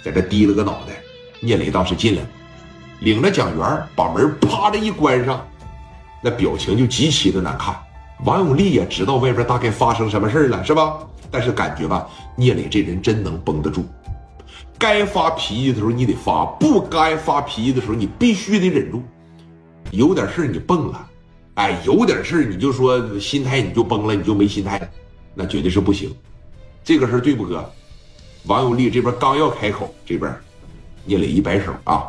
在这低了个脑袋。聂磊当时进来了，领着蒋元把门啪的一关上，那表情就极其的难看。王永利也知道外边大概发生什么事了，是吧？但是感觉吧，聂磊这人真能绷得住。该发脾气的时候你得发，不该发脾气的时候你必须得忍住。有点事你蹦了，哎，有点事你就说心态你就崩了，你就没心态了，那绝对是不行。这个事对不哥？王永利这边刚要开口，这边聂磊一摆手啊，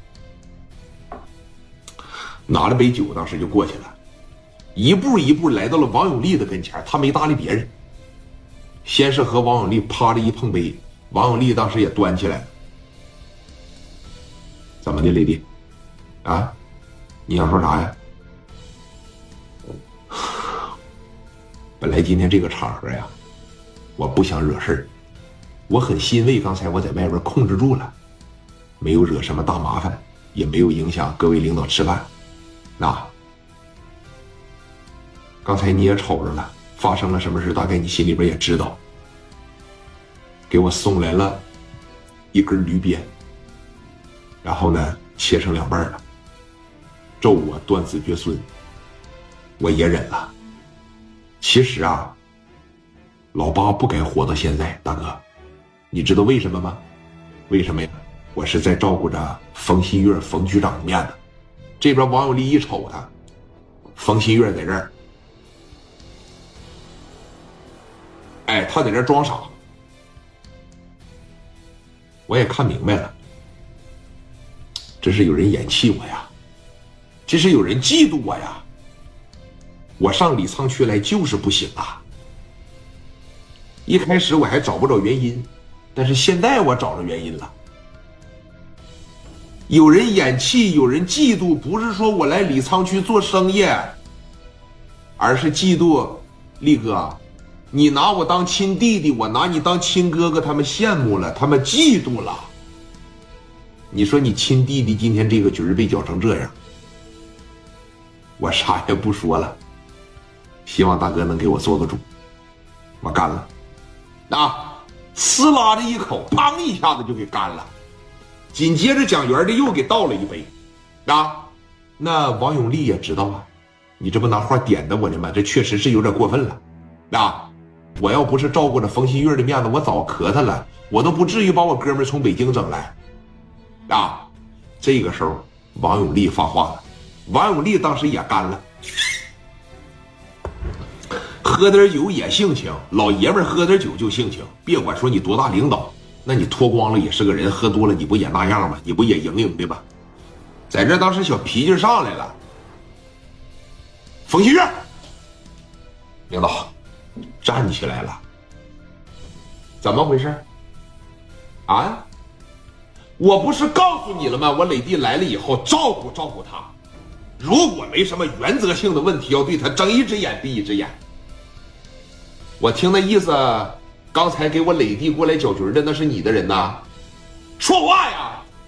拿了杯酒，当时就过去了，一步一步来到了王永利的跟前，他没搭理别人，先是和王永利啪的一碰杯，王永利当时也端起来了。怎么的，雷弟？啊，你想说啥呀？本来今天这个场合呀，我不想惹事儿，我很欣慰，刚才我在外边控制住了，没有惹什么大麻烦，也没有影响各位领导吃饭。刚才你也瞅着了，发生了什么事，大概你心里边也知道。给我送来了一根驴鞭，然后呢切成2半了，咒我断子绝孙，我也忍了。其实啊，老八不该活到现在，大哥，你知道为什么吗？为什么呀？我是在照顾着冯新月冯局长的面子。这边王永利一瞅他，冯新月在这儿，哎，他在这儿装傻，我也看明白了，这是有人演气我呀，这是有人嫉妒我呀。我上李沧区来就是不行啊。一开始我还找不着原因，但是现在我找着原因了。有人演气，有人嫉妒，不是说我来李沧区做生意，而是嫉妒力哥，你拿我当亲弟弟，我拿你当亲哥哥，他们羡慕了，他们嫉妒了。你说你亲弟弟今天这个局被搅成这样，我啥也不说了，希望大哥能给我做个主。我干了呲啦的一口，砰一下子就给干了。紧接着蒋元的又给倒了一杯那王永利也知道啊，你这不拿话点的我呢吗？这确实是有点过分了我要不是照顾着冯新月的面子，我早磕他了，我都不至于把我哥们从北京整来这个时候王永利发话了，王永利当时也干了，喝点酒也性情，老爷们喝点酒就性情，别管说你多大领导，那你脱光了也是个人，喝多了你不也那样吗？你不也赢赢的吗？在这当时小脾气上来了。冯新月领导站起来了，怎么回事我不是告诉你了吗？我磊弟来了以后照顾照顾他，如果没什么原则性的问题，要对他睁一只眼闭一只眼。我听那意思，刚才给我磊弟过来搅局的那是你的人呐，说话呀！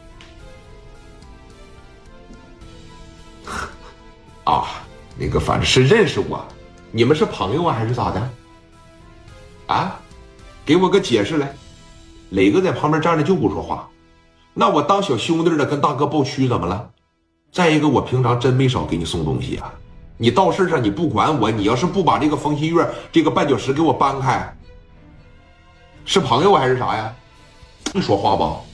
那个反正是认识我，你们是朋友啊还是咋的？给我个解释来。磊哥在旁边站着就不说话，那我当小兄弟的跟大哥抱屈怎么了？再一个，我平常真没少给你送东西啊，你到事上你不管我，你要是不把这个冯新月这个绊脚石给我搬开，是朋友还是啥呀？你说话吧。